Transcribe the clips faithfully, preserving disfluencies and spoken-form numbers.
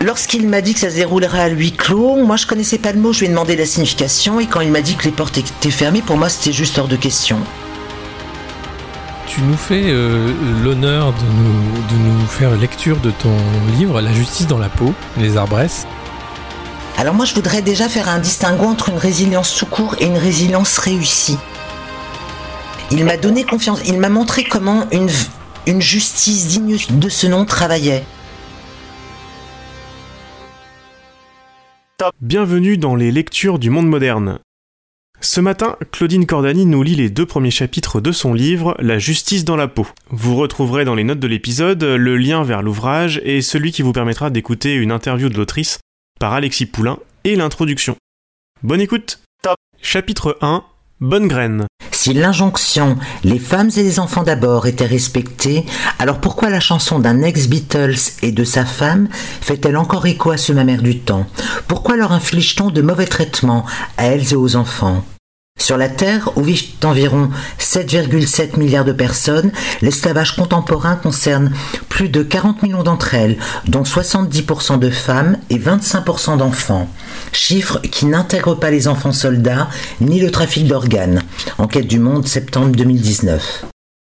Lorsqu'il m'a dit que ça se déroulerait à huis clos, moi je connaissais pas le mot, je lui ai demandé la signification et quand il m'a dit que les portes étaient fermées, pour moi c'était juste hors de question. Tu nous fais euh, l'honneur de nous, de nous faire lecture de ton livre « La justice dans la peau », les Arbresses. Alors moi je voudrais déjà faire un distinguo entre une résilience tout court et une résilience réussie. Il m'a donné confiance, il m'a montré comment une, une justice digne de ce nom travaillait. Bienvenue dans les lectures du monde moderne. Ce matin, Claudine Cordani nous lit les deux premiers chapitres de son livre « La justice dans la peau ». Vous retrouverez dans les notes de l'épisode le lien vers l'ouvrage et celui qui vous permettra d'écouter une interview de l'autrice par Alexis Poulain et l'introduction. Bonne écoute. Top. Chapitre un. Bonne graine. Si l'injonction « les femmes et les enfants d'abord » était respectée, alors pourquoi la chanson d'un ex-Beatles et de sa femme fait-elle encore écho à ce mammaire du temps ? Pourquoi leur inflige-t-on de mauvais traitements à elles et aux enfants ? Sur la Terre, où vivent environ sept virgule sept milliards de personnes, l'esclavage contemporain concerne plus de quarante millions d'entre elles, dont soixante-dix pour cent de femmes et vingt-cinq pour cent d'enfants. Chiffre qui n'intègre pas les enfants soldats ni le trafic d'organes. Enquête du Monde, septembre deux mille dix-neuf.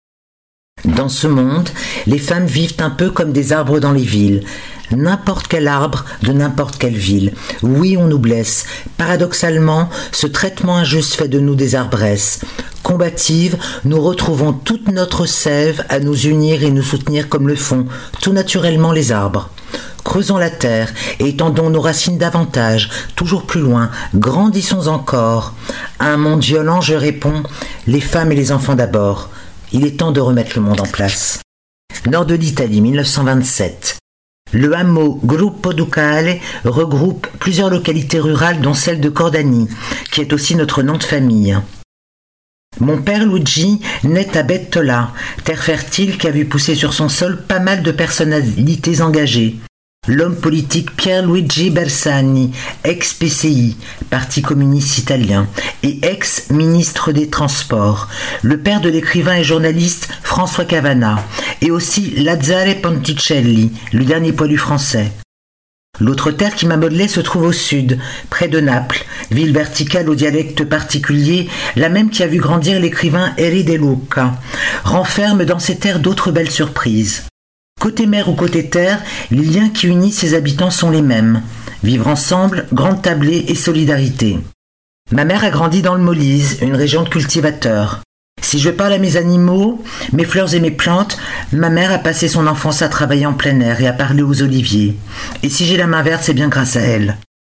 Dans ce monde, les femmes vivent un peu comme des arbres dans les villes. N'importe quel arbre de n'importe quelle ville. Oui, on nous blesse. Paradoxalement, ce traitement injuste fait de nous des arbresses. Combatives, nous retrouvons toute notre sève à nous unir et nous soutenir comme le font tout naturellement les arbres. Creusons la terre et étendons nos racines davantage, toujours plus loin, grandissons encore. À un monde violent, je réponds, les femmes et les enfants d'abord. Il est temps de remettre le monde en place. Nord de l'Italie, mille neuf cent vingt-sept. Le hameau Gruppo Ducale regroupe plusieurs localités rurales dont celle de Cordani, qui est aussi notre nom de famille. Mon père Luigi naît à Bettola, terre fertile qui a vu pousser sur son sol pas mal de personnalités engagées. L'homme politique Pierluigi Bersani, ex-P C I, Parti communiste italien, et ex-ministre des Transports, le père de l'écrivain et journaliste François Cavana, et aussi Lazzare Ponticelli, le dernier poilu français. L'autre terre qui m'a modelé se trouve au sud, près de Naples, ville verticale au dialecte particulier, la même qui a vu grandir l'écrivain Eri De Luca, renferme dans ces terres d'autres belles surprises. Côté mer ou côté terre, les liens qui unissent ses habitants sont les mêmes. Vivre ensemble, grande tablée et solidarité. Ma mère a grandi dans le Molise, une région de cultivateurs. Si je parle à mes animaux, mes fleurs et mes plantes, ma mère a passé son enfance à travailler en plein air et à parler aux oliviers. Et si j'ai la main verte, c'est bien grâce à elle.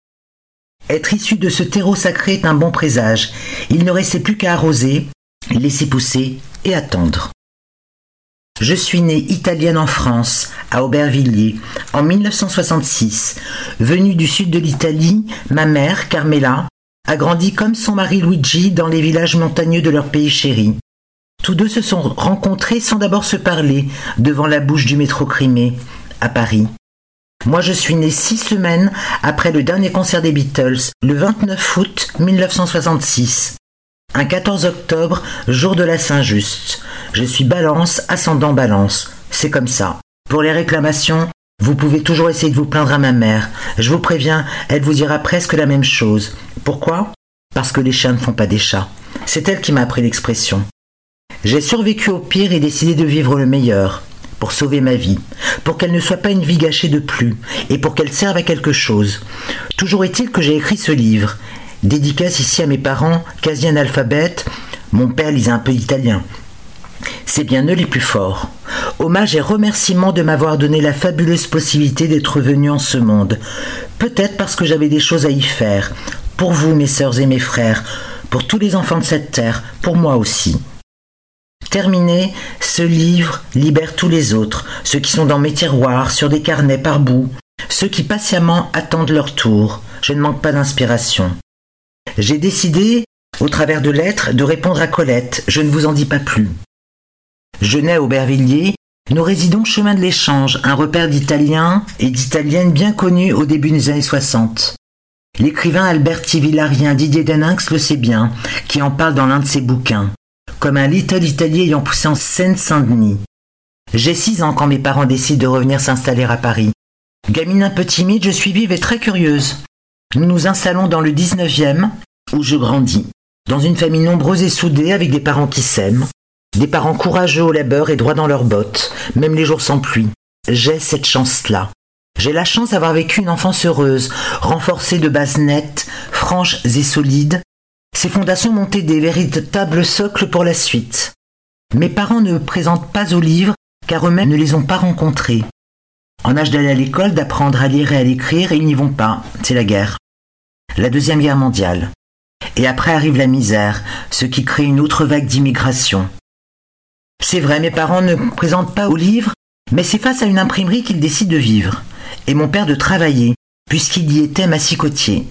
Être issu de ce terreau sacré est un bon présage. Il ne restait plus qu'à arroser, laisser pousser et attendre. Je suis née italienne en France, à Aubervilliers, en mille neuf cent soixante-six. Venue du sud de l'Italie, ma mère, Carmela, a grandi comme son mari Luigi dans les villages montagneux de leur pays chéri. Tous deux se sont rencontrés sans d'abord se parler, devant la bouche du métro Crimée, à Paris. Moi je suis née six semaines après le dernier concert des Beatles, le vingt-neuf août mille neuf cent soixante-six. Un quatorze octobre, jour de la Saint-Just. Je suis Balance, ascendant Balance. C'est comme ça. Pour les réclamations, vous pouvez toujours essayer de vous plaindre à ma mère. Je vous préviens, elle vous dira presque la même chose. Pourquoi ? Parce que les chiens ne font pas des chats. C'est elle qui m'a appris l'expression. J'ai survécu au pire et décidé de vivre le meilleur. Pour sauver ma vie. Pour qu'elle ne soit pas une vie gâchée de plus. Et pour qu'elle serve à quelque chose. Toujours est-il que j'ai écrit ce livre. Dédicace ici à mes parents, quasi analphabètes. Mon père lisait un peu italien. C'est bien eux les plus forts. Hommage et remerciement de m'avoir donné la fabuleuse possibilité d'être venu en ce monde. Peut-être parce que j'avais des choses à y faire. Pour vous, mes sœurs et mes frères. Pour tous les enfants de cette terre. Pour moi aussi. Terminé, ce livre libère tous les autres. Ceux qui sont dans mes tiroirs, sur des carnets par bout. Ceux qui patiemment attendent leur tour. Je ne manque pas d'inspiration. J'ai décidé, au travers de lettres, de répondre à Colette. Je ne vous en dis pas plus. Je nais à Aubervilliers. Nous résidons chemin de l'Échange, un repère d'Italiens et d'Italiennes bien connus au début des années soixante. L'écrivain Alberti Villarien Didier Deninx le sait bien, qui en parle dans l'un de ses bouquins, comme un Little Italy ayant poussé en Seine-Saint-Denis. J'ai six ans quand mes parents décident de revenir s'installer à Paris. Gamine un peu timide, je suis vive et très curieuse. Nous nous installons dans le dix-neuvième, où je grandis, dans une famille nombreuse et soudée avec des parents qui s'aiment, des parents courageux au labeur et droits dans leurs bottes, même les jours sans pluie. J'ai cette chance-là. J'ai la chance d'avoir vécu une enfance heureuse, renforcée de bases nettes, franches et solides. Ces fondations m'ont été des véritables socles pour la suite. Mes parents ne me présentent pas aux livres, car eux-mêmes ne les ont pas rencontrés. En âge d'aller à l'école, d'apprendre à lire et à l'écrire, ils n'y vont pas, c'est la guerre. La Deuxième Guerre mondiale. Et après arrive la misère, ce qui crée une autre vague d'immigration. C'est vrai, mes parents ne me présentent pas aux livres, mais c'est face à une imprimerie qu'ils décident de vivre, et mon père de travailler, puisqu'il y était massicotier.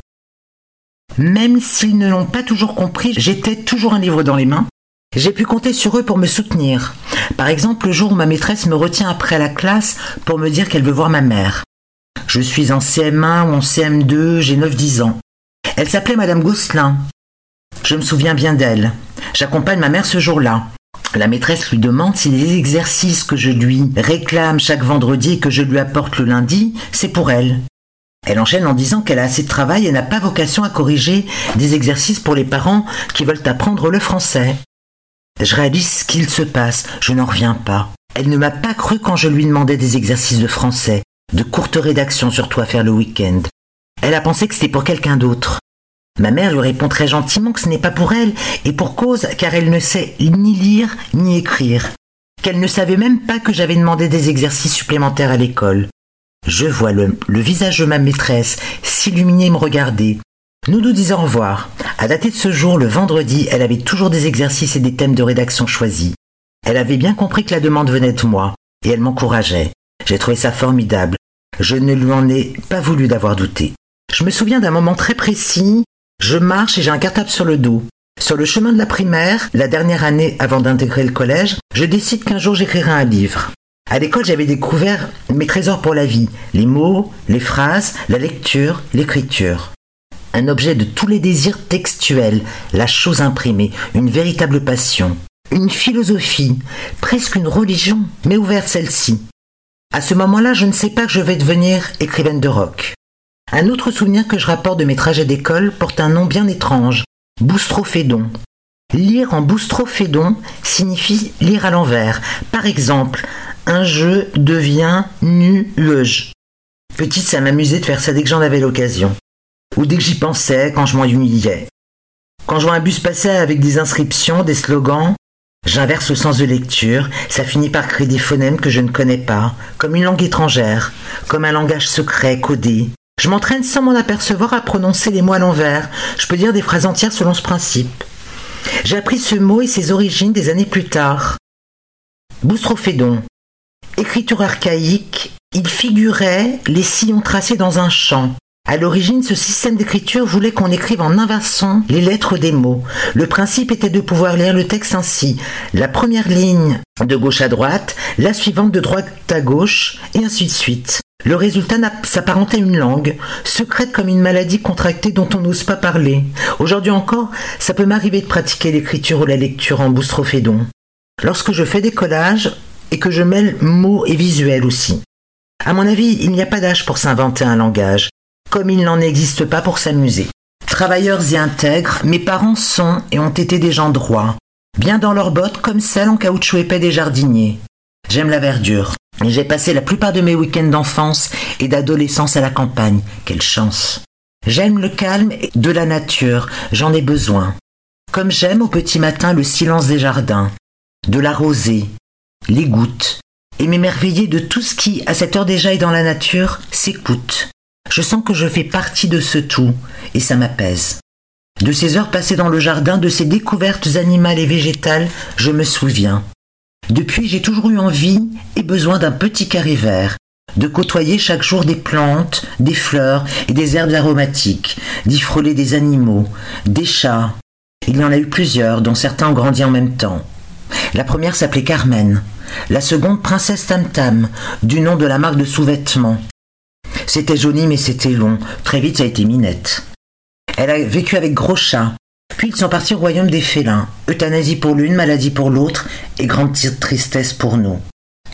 Même s'ils ne l'ont pas toujours compris, j'étais toujours un livre dans les mains. J'ai pu compter sur eux pour me soutenir. Par exemple, le jour où ma maîtresse me retient après la classe pour me dire qu'elle veut voir ma mère. Je suis en C M un ou en C M deux, j'ai neuf dix ans. Elle s'appelait Madame Gosselin. Je me souviens bien d'elle. J'accompagne ma mère ce jour-là. La maîtresse lui demande si les exercices que je lui réclame chaque vendredi et que je lui apporte le lundi, c'est pour elle. Elle enchaîne en disant qu'elle a assez de travail et n'a pas vocation à corriger des exercices pour les parents qui veulent apprendre le français. Je réalise ce qu'il se passe, je n'en reviens pas. Elle ne m'a pas cru quand je lui demandais des exercices de français, de courtes rédactions surtout à faire le week-end. Elle a pensé que c'était pour quelqu'un d'autre. Ma mère lui répond très gentiment que ce n'est pas pour elle, et pour cause, car elle ne sait ni lire ni écrire. Qu'elle ne savait même pas que j'avais demandé des exercices supplémentaires à l'école. Je vois le, le visage de ma maîtresse s'illuminer et me regarder. Nous nous disons au revoir. À dater de ce jour, le vendredi, elle avait toujours des exercices et des thèmes de rédaction choisis. Elle avait bien compris que la demande venait de moi, et elle m'encourageait. J'ai trouvé ça formidable. Je ne lui en ai pas voulu d'avoir douté. Je me souviens d'un moment très précis. Je marche et j'ai un cartable sur le dos. Sur le chemin de la primaire, la dernière année avant d'intégrer le collège, je décide qu'un jour j'écrirai un livre. À l'école, j'avais découvert mes trésors pour la vie, les mots, les phrases, la lecture, l'écriture. Un objet de tous les désirs textuels, la chose imprimée, une véritable passion. Une philosophie, presque une religion, mais ouverte celle-ci. À ce moment-là, je ne sais pas que je vais devenir écrivaine de rock. Un autre souvenir que je rapporte de mes trajets d'école porte un nom bien étrange, boustrophédon. Lire en boustrophédon signifie lire à l'envers. Par exemple, un jeu devient nuage. Petite, ça m'amusait de faire ça dès que j'en avais l'occasion. Ou dès que j'y pensais, quand je m'ennuyais. Quand je vois un bus passer avec des inscriptions, des slogans, j'inverse le sens de lecture, ça finit par créer des phonèmes que je ne connais pas, comme une langue étrangère, comme un langage secret, codé. Je m'entraîne sans m'en apercevoir à prononcer les mots à l'envers. Je peux dire des phrases entières selon ce principe. J'ai appris ce mot et ses origines des années plus tard. Boustrophédon. Écriture archaïque, il figurait les sillons tracés dans un champ. À l'origine, ce système d'écriture voulait qu'on écrive en inversant les lettres des mots. Le principe était de pouvoir lire le texte ainsi. La première ligne de gauche à droite, la suivante de droite à gauche, et ainsi de suite. Le résultat s'apparentait à une langue, secrète comme une maladie contractée dont on n'ose pas parler. Aujourd'hui encore, ça peut m'arriver de pratiquer l'écriture ou la lecture en boustrophédon. Lorsque je fais des collages et que je mêle mots et visuels aussi. À mon avis, il n'y a pas d'âge pour s'inventer un langage, comme il n'en existe pas pour s'amuser. Travailleurs et intègres, mes parents sont et ont été des gens droits, bien dans leurs bottes comme celles en caoutchouc épais des jardiniers. J'aime la verdure. Et j'ai passé la plupart de mes week-ends d'enfance et d'adolescence à la campagne. Quelle chance! J'aime le calme de la nature, j'en ai besoin. Comme j'aime au petit matin le silence des jardins, de la rosée, les gouttes, et m'émerveiller de tout ce qui, à cette heure déjà, est dans la nature, s'écoute. Je sens que je fais partie de ce tout, et ça m'apaise. De ces heures passées dans le jardin, de ces découvertes animales et végétales, je me souviens. Depuis, j'ai toujours eu envie et besoin d'un petit carré vert, de côtoyer chaque jour des plantes, des fleurs et des herbes aromatiques, d'y frôler des animaux, des chats. Il y en a eu plusieurs, dont certains ont grandi en même temps. La première s'appelait Carmen, la seconde Princesse Tam Tam, du nom de la marque de sous-vêtements. C'était joli mais c'était long, très vite ça a été Minette. Elle a vécu avec Gros Chat. Puis ils sont partis au royaume des félins. Euthanasie pour l'une, maladie pour l'autre, et grande tristesse pour nous.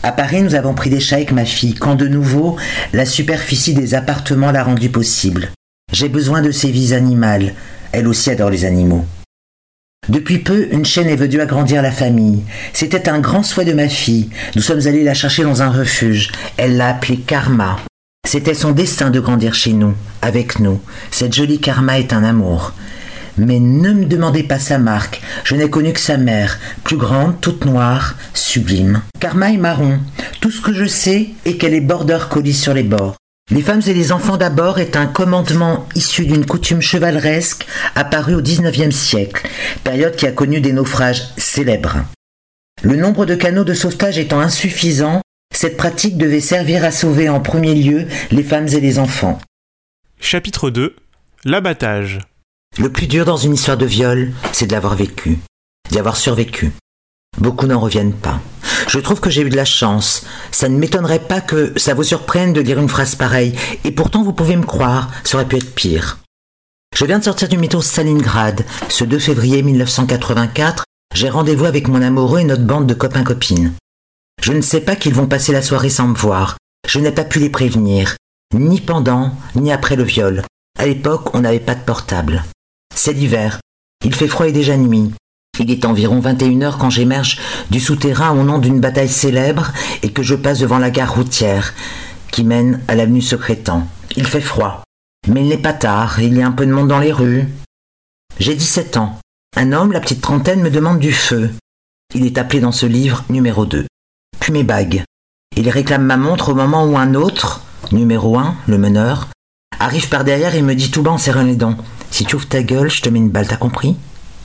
À Paris, nous avons pris des chats avec ma fille, quand de nouveau, la superficie des appartements l'a rendu possible. J'ai besoin de ces vies animales. Elle aussi adore les animaux. Depuis peu, une chaîne est venue agrandir la famille. C'était un grand souhait de ma fille. Nous sommes allés la chercher dans un refuge. Elle l'a appelée Karma. C'était son destin de grandir chez nous, avec nous. Cette jolie Karma est un amour. Mais ne me demandez pas sa marque. Je n'ai connu que sa mère, plus grande, toute noire, sublime. Karma est marron. Tout ce que je sais est qu'elle est border collie sur les bords. Les femmes et les enfants d'abord est un commandement issu d'une coutume chevaleresque apparue au dix-neuvième siècle, période qui a connu des naufrages célèbres. Le nombre de canaux de sauvetage étant insuffisant, cette pratique devait servir à sauver en premier lieu les femmes et les enfants. Chapitre deux. L'abattage. Le plus dur dans une histoire de viol, c'est de l'avoir vécu, d'y avoir survécu. Beaucoup n'en reviennent pas. Je trouve que j'ai eu de la chance. Ça ne m'étonnerait pas que ça vous surprenne de lire une phrase pareille, et pourtant vous pouvez me croire, ça aurait pu être pire. Je viens de sortir du métro Stalingrad. Ce deux février mille neuf cent quatre-vingt-quatre, j'ai rendez-vous avec mon amoureux et notre bande de copains-copines. Je ne sais pas qu'ils vont passer la soirée sans me voir. Je n'ai pas pu les prévenir, ni pendant, ni après le viol. À l'époque, on n'avait pas de portable. C'est l'hiver. Il fait froid et déjà nuit. Il est environ vingt et une heures quand j'émerge du souterrain au nom d'une bataille célèbre et que je passe devant la gare routière qui mène à l'avenue Secrétan. Il fait froid, mais il n'est pas tard et il y a un peu de monde dans les rues. J'ai dix-sept ans. Un homme, la petite trentaine, me demande du feu. Il est appelé dans ce livre numéro deux. Puis mes bagues. Il réclame ma montre au moment où un autre, numéro un, le meneur, arrive par derrière et me dit tout bas en serrant les dents. Si tu ouvres ta gueule, je te mets une balle, t'as compris ?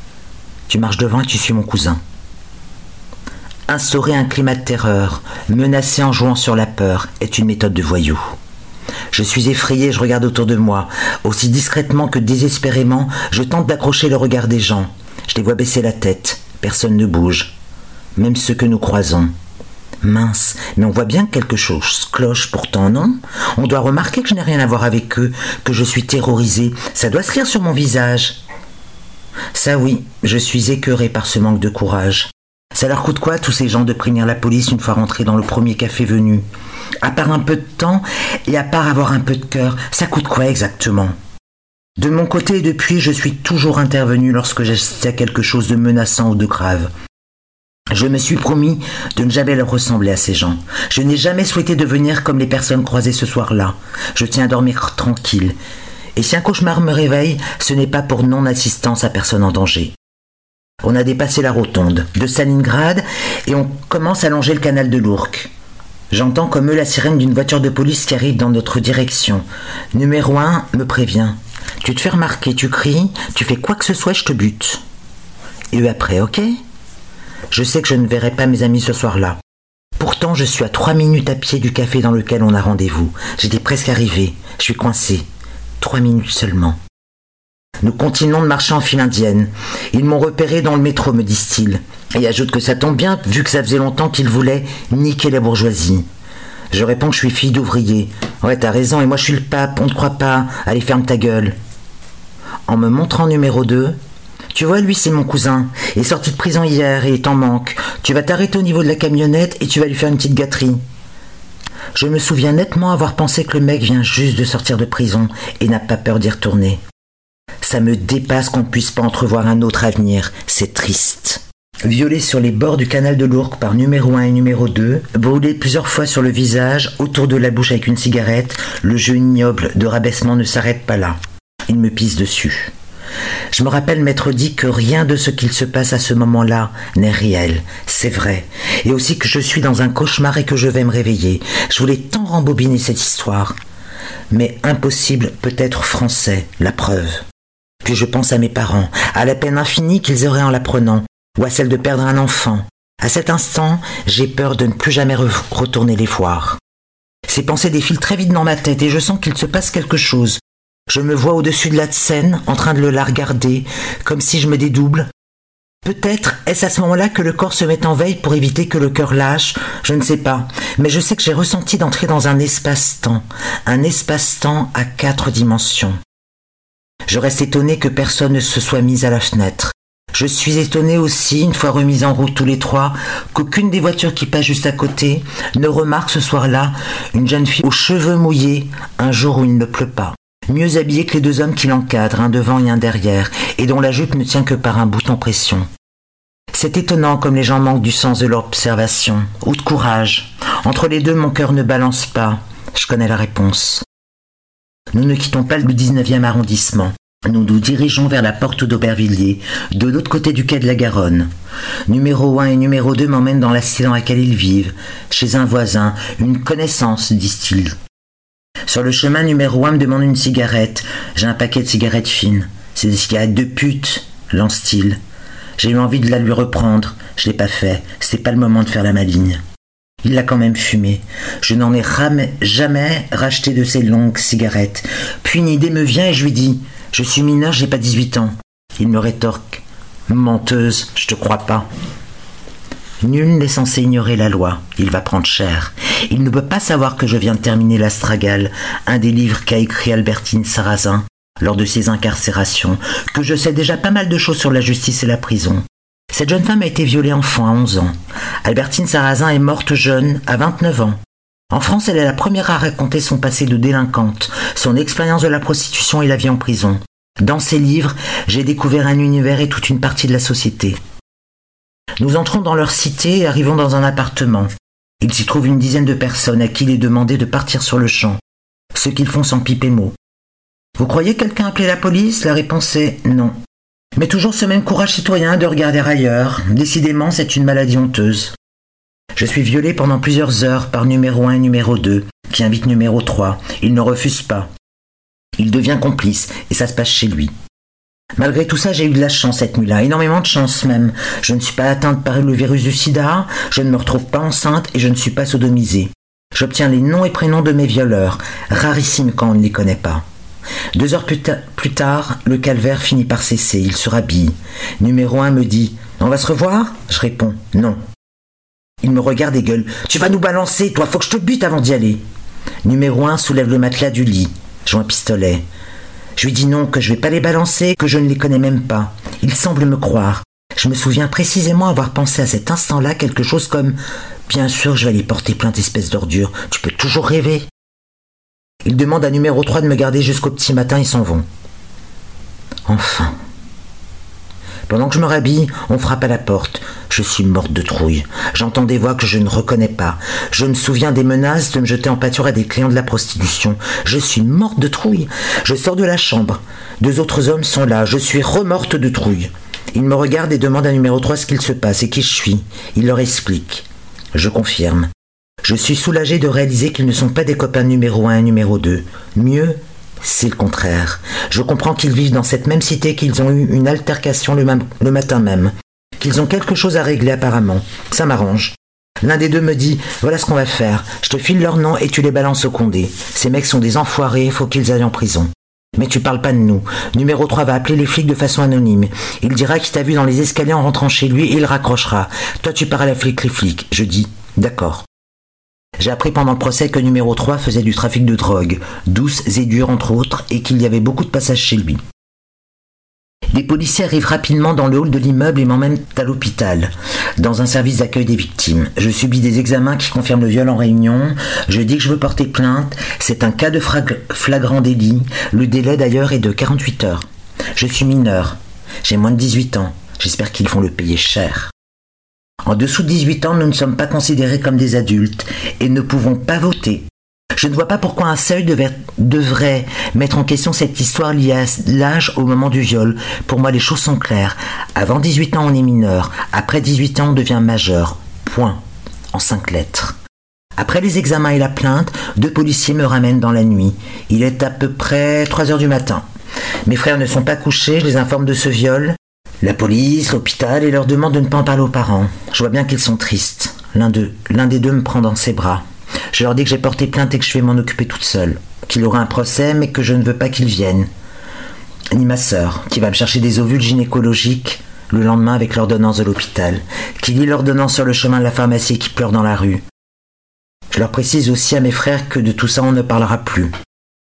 Tu marches devant et tu suis mon cousin. Instaurer un climat de terreur, menacer en jouant sur la peur, est une méthode de voyou. Je suis effrayé, je regarde autour de moi. Aussi discrètement que désespérément, je tente d'accrocher le regard des gens. Je les vois baisser la tête. Personne ne bouge. Même ceux que nous croisons. Mince, mais on voit bien que quelque chose cloche pourtant, non ? On doit remarquer que je n'ai rien à voir avec eux, que je suis terrorisé. Ça doit se lire sur mon visage. Ça oui, je suis écœuré par ce manque de courage. Ça leur coûte quoi, tous ces gens, de prévenir la police une fois rentrés dans le premier café venu ? À part un peu de temps, et à part avoir un peu de cœur, ça coûte quoi exactement ? De mon côté, depuis, je suis toujours intervenu lorsque j'assistais à quelque chose de menaçant ou de grave. Je me suis promis de ne jamais leur ressembler à ces gens. Je n'ai jamais souhaité devenir comme les personnes croisées ce soir-là. Je tiens à dormir tranquille. Et si un cauchemar me réveille, ce n'est pas pour non-assistance à personne en danger. On a dépassé la rotonde de Stalingrad et on commence à longer le canal de l'Ourcq. J'entends comme eux la sirène d'une voiture de police qui arrive dans notre direction. Numéro un me prévient. Tu te fais remarquer, tu cries, tu fais quoi que ce soit, je te bute. Et eux après, ok ? Je sais que je ne verrai pas mes amis ce soir-là. Pourtant, je suis à trois minutes à pied du café dans lequel on a rendez-vous. J'étais presque arrivé. Je suis coincé. Trois minutes seulement. Nous continuons de marcher en file indienne. Ils m'ont repéré dans le métro, me disent-ils. Et ajoutent que ça tombe bien, vu que ça faisait longtemps qu'ils voulaient niquer la bourgeoisie. Je réponds que je suis fille d'ouvrier. Ouais, t'as raison, et moi je suis le pape, on ne croit pas. Allez, ferme ta gueule. En me montrant numéro deux, tu vois, lui, c'est mon cousin. Il est sorti de prison hier et il t'en manque. Tu vas t'arrêter au niveau de la camionnette et tu vas lui faire une petite gâterie. Je me souviens nettement avoir pensé que le mec vient juste de sortir de prison et n'a pas peur d'y retourner. Ça me dépasse qu'on ne puisse pas entrevoir un autre avenir. C'est triste. Violé sur les bords du canal de l'Ourcq par numéro un et numéro deux, brûlé plusieurs fois sur le visage, autour de la bouche avec une cigarette, le jeu ignoble de rabaissement ne s'arrête pas là. Il me pisse dessus. Je me rappelle m'être dit que rien de ce qu'il se passe à ce moment-là n'est réel, c'est vrai, et aussi que je suis dans un cauchemar et que je vais me réveiller. Je voulais tant rembobiner cette histoire, mais impossible peut être français, la preuve. Puis je pense à mes parents, à la peine infinie qu'ils auraient en l'apprenant, ou à celle de perdre un enfant. À cet instant, j'ai peur de ne plus jamais re- retourner les voir. Ces pensées défilent très vite dans ma tête et je sens qu'il se passe quelque chose. Je me vois au-dessus de la scène, en train de le la regarder, comme si je me dédouble. Peut-être est-ce à ce moment-là que le corps se met en veille pour éviter que le cœur lâche, je ne sais pas. Mais je sais que j'ai ressenti d'entrer dans un espace-temps, un espace-temps à quatre dimensions. Je reste étonné que personne ne se soit mis à la fenêtre. Je suis étonné aussi, une fois remis en route tous les trois, qu'aucune des voitures qui passent juste à côté ne remarque ce soir-là une jeune fille aux cheveux mouillés, un jour où il ne pleut pas, mieux habillée que les deux hommes qui l'encadrent, un devant et un derrière, et dont la jupe ne tient que par un bout en pression. C'est étonnant comme les gens manquent du sens de l'observation, ou de courage. Entre les deux, mon cœur ne balance pas. Je connais la réponse. Nous ne quittons pas le dix-neuvième arrondissement. Nous nous dirigeons vers la porte d'Aubervilliers, de l'autre côté du quai de la Garonne. Numéro un et numéro deux m'emmènent dans la cité dans laquelle ils vivent, chez un voisin, une connaissance, disent-ils. Sur le chemin, numéro un me demande une cigarette. J'ai un paquet de cigarettes fines. C'est des cigarettes de pute, lance-t-il. J'ai eu envie de la lui reprendre. Je l'ai pas fait. C'était pas le moment de faire la maligne. Il l'a quand même fumé. Je n'en ai ram- jamais racheté de ces longues cigarettes. Puis une idée me vient et je lui dis « Je suis mineur, j'ai pas dix-huit ans. » Il me rétorque « Menteuse, je te crois pas. » Nul n'est censé ignorer la loi. Il va prendre cher. Il ne peut pas savoir que je viens de terminer l'Astragale, un des livres qu'a écrit Albertine Sarrazin lors de ses incarcérations, que je sais déjà pas mal de choses sur la justice et la prison. Cette jeune femme a été violée enfant à onze ans. Albertine Sarrazin est morte jeune, à vingt-neuf ans. En France, elle est la première à raconter son passé de délinquante, son expérience de la prostitution et la vie en prison. Dans ses livres, j'ai découvert un univers et toute une partie de la société. Nous entrons dans leur cité et arrivons dans un appartement. Il s'y trouve une dizaine de personnes à qui il est demandé de partir sur le champ, ce qu'ils font sans pipe et mot. Vous croyez que quelqu'un a appelé la police ? La réponse est non. Mais toujours ce même courage citoyen de regarder ailleurs. Décidément, c'est une maladie honteuse. Je suis violé pendant plusieurs heures par numéro un et numéro deux, qui invite numéro trois. Il ne refuse pas. Il devient complice, et ça se passe chez lui. Malgré tout ça, j'ai eu de la chance cette nuit-là, énormément de chance même. Je ne suis pas atteinte par le virus du sida, je ne me retrouve pas enceinte et je ne suis pas sodomisée. J'obtiens les noms et prénoms de mes violeurs, rarissime quand on ne les connaît pas. Deux heures plus, ta- plus tard, le calvaire finit par cesser, il se rhabille. Numéro un me dit « On va se revoir ?» Je réponds « Non ». Il me regarde et gueule « Tu vas nous balancer, toi, faut que je te bute avant d'y aller !» Numéro un soulève le matelas du lit, joint un pistolet. Je lui dis non, que je vais pas les balancer, que je ne les connais même pas. Il semble me croire. Je me souviens précisément avoir pensé à cet instant-là quelque chose comme « Bien sûr, je vais aller porter plainte, espèce d'ordure. Tu peux toujours rêver. » Il demande à numéro trois de me garder jusqu'au petit matin, ils s'en vont. Enfin. Pendant que je me rhabille, on frappe à la porte. Je suis morte de trouille. J'entends des voix que je ne reconnais pas. Je me souviens des menaces de me jeter en pâture à des clients de la prostitution. Je suis morte de trouille. Je sors de la chambre. Deux autres hommes sont là. Je suis remorte de trouille. Ils me regardent et demandent à numéro trois ce qu'il se passe et qui je suis. Il leur explique. Je confirme. Je suis soulagé de réaliser qu'ils ne sont pas des copains numéro un et numéro deux. Mieux, c'est le contraire. Je comprends qu'ils vivent dans cette même cité, qu'ils ont eu une altercation le, ma- le matin même. Qu'ils ont quelque chose à régler apparemment. Ça m'arrange. L'un des deux me dit « Voilà ce qu'on va faire. Je te file leur nom et tu les balances au Condé. Ces mecs sont des enfoirés, faut qu'ils aillent en prison. Mais tu parles pas de nous. Numéro trois va appeler les flics de façon anonyme. Il dira qu'il t'a vu dans les escaliers en rentrant chez lui et il raccrochera. Toi tu pars à la flic les flics. » Je dis « D'accord. » J'ai appris pendant le procès que numéro trois faisait du trafic de drogue, douce et dure entre autres, et qu'il y avait beaucoup de passages chez lui. Les policiers arrivent rapidement dans le hall de l'immeuble et m'emmènent à l'hôpital, dans un service d'accueil des victimes. Je subis des examens qui confirment le viol en réunion, je dis que je veux porter plainte, c'est un cas de frag- flagrant délit, le délai d'ailleurs est de quarante-huit heures. Je suis mineur, j'ai moins de dix-huit ans, j'espère qu'ils vont le payer cher. En dessous de dix-huit ans, nous ne sommes pas considérés comme des adultes et ne pouvons pas voter. Je ne vois pas pourquoi un seuil devait, devrait mettre en question cette histoire liée à l'âge au moment du viol. Pour moi, les choses sont claires. Avant dix-huit ans, on est mineur. Après dix-huit ans, on devient majeur. Point. En cinq lettres. Après les examens et la plainte, deux policiers me ramènent dans la nuit. Il est à peu près trois heures du matin. Mes frères ne sont pas couchés, je les informe de ce viol. La police, l'hôpital, et leur demande de ne pas en parler aux parents. Je vois bien qu'ils sont tristes. L'un d'eux, l'un des deux me prend dans ses bras. Je leur dis que j'ai porté plainte et que je vais m'en occuper toute seule. Qu'il aura un procès, mais que je ne veux pas qu'ils viennent. Ni ma sœur, qui va me chercher des ovules gynécologiques le lendemain avec l'ordonnance de l'hôpital. Qui lit l'ordonnance sur le chemin de la pharmacie et qui pleure dans la rue. Je leur précise aussi à mes frères que de tout ça on ne parlera plus.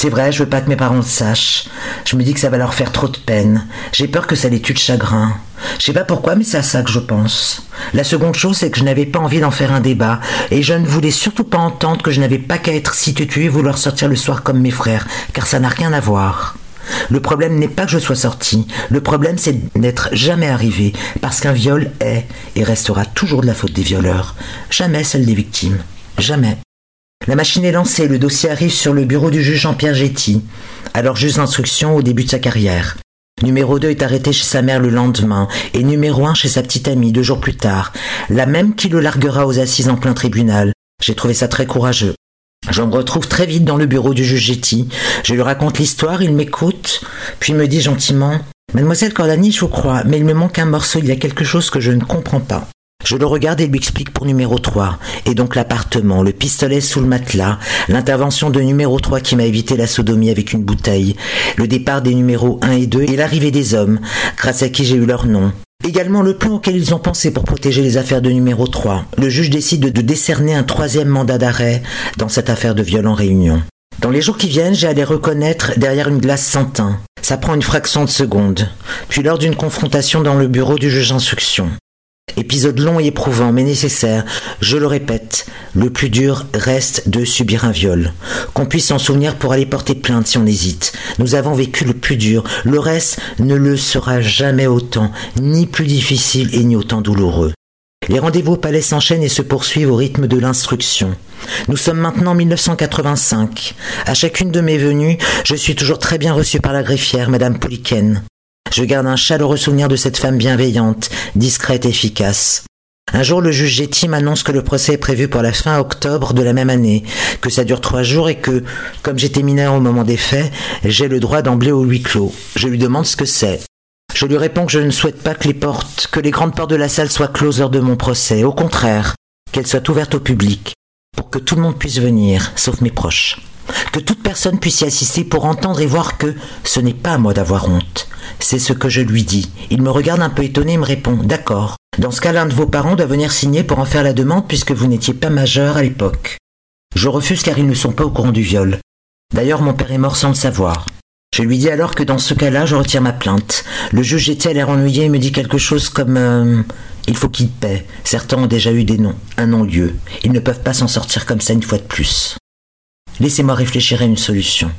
C'est vrai, je veux pas que mes parents le sachent. Je me dis que ça va leur faire trop de peine. J'ai peur que ça les tue de chagrin. Je sais pas pourquoi, mais c'est à ça que je pense. La seconde chose, c'est que je n'avais pas envie d'en faire un débat, et je ne voulais surtout pas entendre que je n'avais pas qu'à être si têtu et vouloir sortir le soir comme mes frères, car ça n'a rien à voir. Le problème n'est pas que je sois sorti, le problème c'est n'être jamais arrivé, parce qu'un viol est et restera toujours de la faute des violeurs, jamais celle des victimes, jamais. La machine est lancée, le dossier arrive sur le bureau du juge Jean-Pierre Getty, alors juge d'instruction au début de sa carrière. Numéro deux est arrêté chez sa mère le lendemain, et numéro un chez sa petite amie deux jours plus tard, la même qui le larguera aux assises en plein tribunal. J'ai trouvé ça très courageux. Je me retrouve très vite dans le bureau du juge Getty. Je lui raconte l'histoire, il m'écoute, puis me dit gentiment « Mademoiselle Cordani, je vous crois, mais il me manque un morceau, il y a quelque chose que je ne comprends pas. » Je le regarde et lui explique pour numéro trois, et donc l'appartement, le pistolet sous le matelas, l'intervention de numéro trois qui m'a évité la sodomie avec une bouteille, le départ des numéros un et deux et l'arrivée des hommes, grâce à qui j'ai eu leur nom. Également le plan auquel ils ont pensé pour protéger les affaires de numéro trois. Le juge décide de décerner un troisième mandat d'arrêt dans cette affaire de viol en réunion. Dans les jours qui viennent, j'ai à les reconnaître derrière une glace sans teint. Ça prend une fraction de seconde. Puis lors d'une confrontation dans le bureau du juge d'instruction. Épisode long et éprouvant, mais nécessaire. Je le répète, le plus dur reste de subir un viol. Qu'on puisse s'en souvenir pour aller porter plainte si on hésite. Nous avons vécu le plus dur. Le reste ne le sera jamais autant, ni plus difficile et ni autant douloureux. Les rendez-vous au palais s'enchaînent et se poursuivent au rythme de l'instruction. Nous sommes maintenant en mille neuf cent quatre-vingt-cinq. À chacune de mes venues, je suis toujours très bien reçu par la greffière, Madame Pouliken. Je garde un chaleureux souvenir de cette femme bienveillante, discrète et efficace. Un jour, le juge Getty m'annonce que le procès est prévu pour la fin octobre de la même année, que ça dure trois jours et que, comme j'étais mineur au moment des faits, j'ai le droit d'emblée au huis clos. Je lui demande ce que c'est. Je lui réponds que je ne souhaite pas que les portes, que les grandes portes de la salle soient closes lors de mon procès. Au contraire, qu'elles soient ouvertes au public, pour que tout le monde puisse venir, sauf mes proches. Que toute personne puisse y assister pour entendre et voir que ce n'est pas à moi d'avoir honte. C'est ce que je lui dis. Il me regarde un peu étonné et me répond « D'accord. Dans ce cas, l'un de vos parents doit venir signer pour en faire la demande puisque vous n'étiez pas majeur à l'époque. » Je refuse car ils ne sont pas au courant du viol. D'ailleurs, mon père est mort sans le savoir. Je lui dis alors que dans ce cas-là, je retire ma plainte. Le juge Getty a l'air ennuyé et me dit quelque chose comme euh, « Il faut qu'il paie. Certains ont déjà eu des noms, un non-lieu. Ils ne peuvent pas s'en sortir comme ça une fois de plus. » Laissez-moi réfléchir à une solution.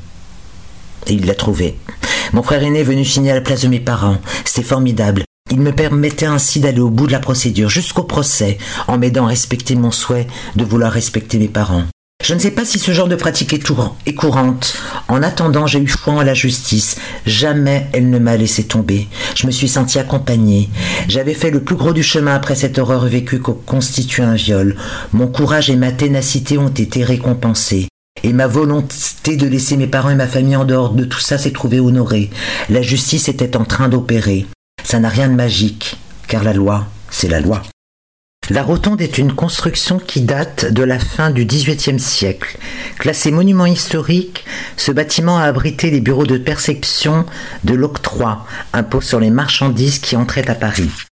Et il l'a trouvée. Mon frère aîné est venu signer à la place de mes parents. C'était formidable. Il me permettait ainsi d'aller au bout de la procédure, jusqu'au procès, en m'aidant à respecter mon souhait de vouloir respecter mes parents. Je ne sais pas si ce genre de pratique est, tour- est courante. En attendant, j'ai eu foi en la justice. Jamais elle ne m'a laissé tomber. Je me suis senti accompagnée. J'avais fait le plus gros du chemin après cette horreur vécue que constitue un viol. Mon courage et ma ténacité ont été récompensés. Et ma volonté de laisser mes parents et ma famille en dehors de tout ça s'est trouvée honorée. La justice était en train d'opérer. Ça n'a rien de magique, car la loi, c'est la loi. La rotonde est une construction qui date de la fin du dix-huitième siècle. Classé monument historique, ce bâtiment a abrité les bureaux de perception de l'octroi, impôt sur les marchandises qui entraient à Paris.